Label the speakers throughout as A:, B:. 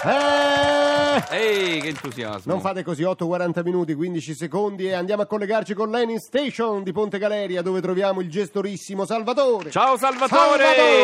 A: Ehi, che entusiasmo.
B: Non fate così, 8:40 minuti, 15 secondi e andiamo a collegarci con l'Eni Station di Ponte Galeria, dove troviamo il gestorissimo Salvatore.
A: Ciao Salvatore!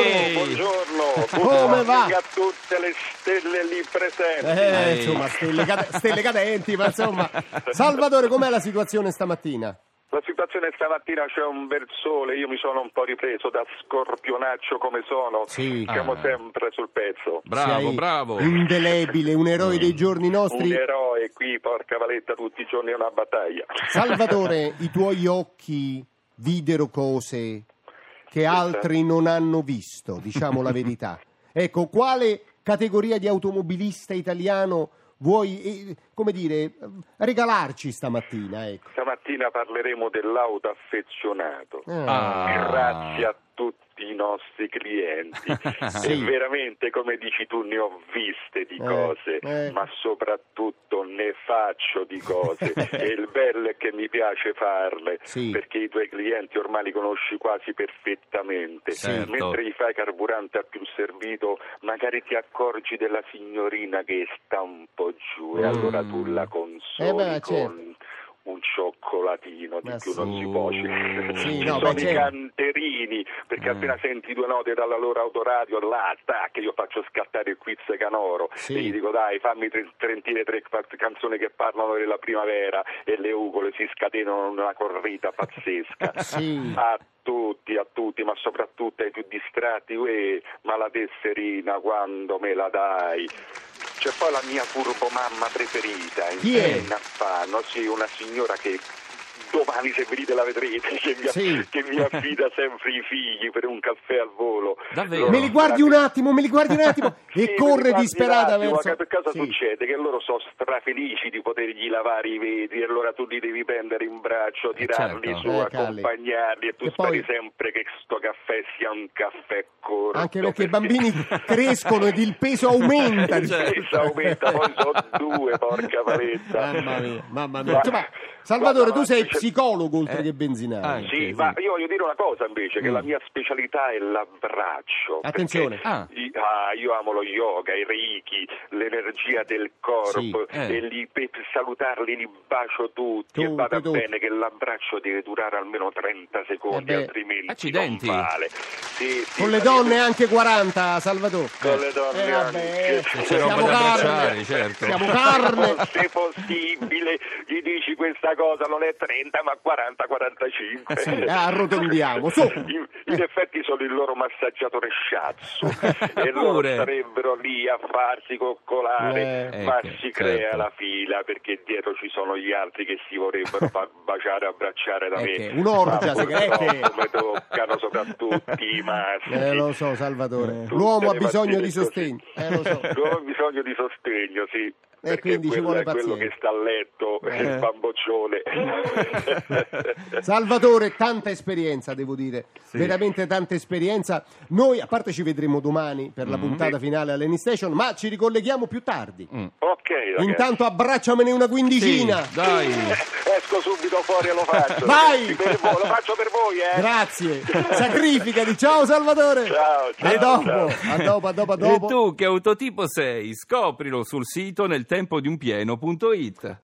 C: Buongiorno,
B: Come va?
C: a tutte le stelle lì presenti.
B: Insomma, stelle cadenti, ma insomma. Salvatore, com'è la situazione stamattina?
C: La situazione stamattina c'è un bel sole, io mi sono un po' ripreso da scorpionaccio come sono.
B: Sì.
C: Siamo sempre sul pezzo.
A: Bravo,
B: Sei
A: bravo.
B: indelebile, un eroe dei giorni nostri.
C: Un eroe qui, porca valetta, tutti i giorni è una battaglia.
B: Salvatore, i tuoi occhi videro cose che altri non hanno visto, diciamo la verità. Ecco, quale categoria di automobilista italiano vuoi, come dire, regalarci stamattina? Ecco.
C: Stamattina parleremo dell'auto affezionato.
A: Ah.
C: Grazie a tutti i nostri clienti.
B: Sì.
C: E veramente, come dici tu, ne ho viste di cose, ma soprattutto ne faccio di cose. E il bello è che mi piace farle,
B: Sì.
C: perché i tuoi clienti ormai li conosci quasi perfettamente.
A: Certo.
C: Mentre gli fai carburante a più servito, magari ti accorgi della signorina che sta un po' giù e allora tu la consoli con un cioccolatino di
B: Ma
C: più
B: sì.
C: non si può.
B: Sì,
C: Ci
B: no,
C: sono
B: beh,
C: i
B: certo.
C: canterini, perché appena senti due note dalla loro autoradio, là, tac, io faccio scattare il quiz canoro
B: Sì.
C: e gli dico dai, fammi trentine tre canzoni che parlano della primavera, e le ugole si scatenano in una corrida pazzesca.
B: Sì.
C: A tutti, ma soprattutto ai più distratti, ma la tesserina quando me la dai? C'è poi la mia furbo mamma preferita,
B: Chi è?
C: in affanno, sì, una signora che domani, se venite, la vedrete, che mi affida sempre i figli per un caffè al volo.
A: Davvero?
B: Me li guardi un attimo
C: Sì,
B: e corre disperata
C: verso.
B: verso...
C: Che cosa
B: Sì.
C: succede? Che loro sono strafelici di potergli lavare i vetri, e allora tu li devi prendere in braccio, tirarli
A: certo.
C: su,
B: Calli.
C: accompagnarli, e tu
B: E
C: speri
B: poi-
C: sempre che sto caffè sia un caffè corto.
B: Anche perché i bambini crescono ed il peso aumenta.
C: Il peso aumenta, poi sono due, porca paletta.
B: Mamma mia. Ma, Salvatore, tu sei psicologo oltre che benzinaio.
A: Anche,
C: Sì,
A: sì.
C: ma io voglio dire una cosa invece, che la mia specialità è l'abbraccio.
B: Attenzione.
C: perché io amo lo yoga, i reiki, l'energia del corpo,
B: Sì.
C: e per salutarli li bacio tutti, e vada bene che l'abbraccio deve durare almeno 30 secondi, altrimenti
A: Accidenti.
C: non vale. Sì,
B: Con le donne anche 40, Salvatore.
C: con le donne anche.
A: C'è roba
B: Siamo
A: da
B: carne.
A: abbracciare, certo.
B: Siamo carne.
C: Se possibile, gli dici questa cosa non è 30 ma 40-45.
B: Sì, arrotondiamo. Su.
C: In effetti sono il loro massaggiatore sciazzo e loro
A: Pure.
C: starebbero lì a farsi coccolare, ma
A: ecco,
C: si crea
A: certo.
C: la fila, perché dietro ci sono gli altri che si vorrebbero far baciare, abbracciare da me.
B: Un'orgia
C: Ma
B: segreta.
C: purtroppo mi toccano soprattutto i maschi.
B: Lo so, Salvatore.
C: Tutte
B: L'uomo ha
C: le
B: bisogno
C: mattine
B: di sostegno. Lo so.
C: L'uomo ha bisogno di sostegno, sì. Perché
B: quindi ci vuole
C: è quello
B: pazienza.
C: che sta a letto, il bamboccione.
B: Salvatore, tanta esperienza, devo dire,
A: Sì.
B: veramente tanta esperienza. Noi, a parte ci vedremo domani per la puntata finale all'Eni Station, ma ci ricolleghiamo più tardi.
C: Ok, ragazzi.
B: Intanto abbracciamene una quindicina.
A: Sì, dai.
C: Esco subito fuori e lo faccio.
B: Vai!
C: Lo faccio per voi,
B: Grazie. Sacrificati. Ciao Salvatore.
C: Ciao,
B: A
C: ciao,
B: dopo. A dopo.
A: E tu che autotipo sei? Scoprilo sul sito nel tempo di un pieno.it.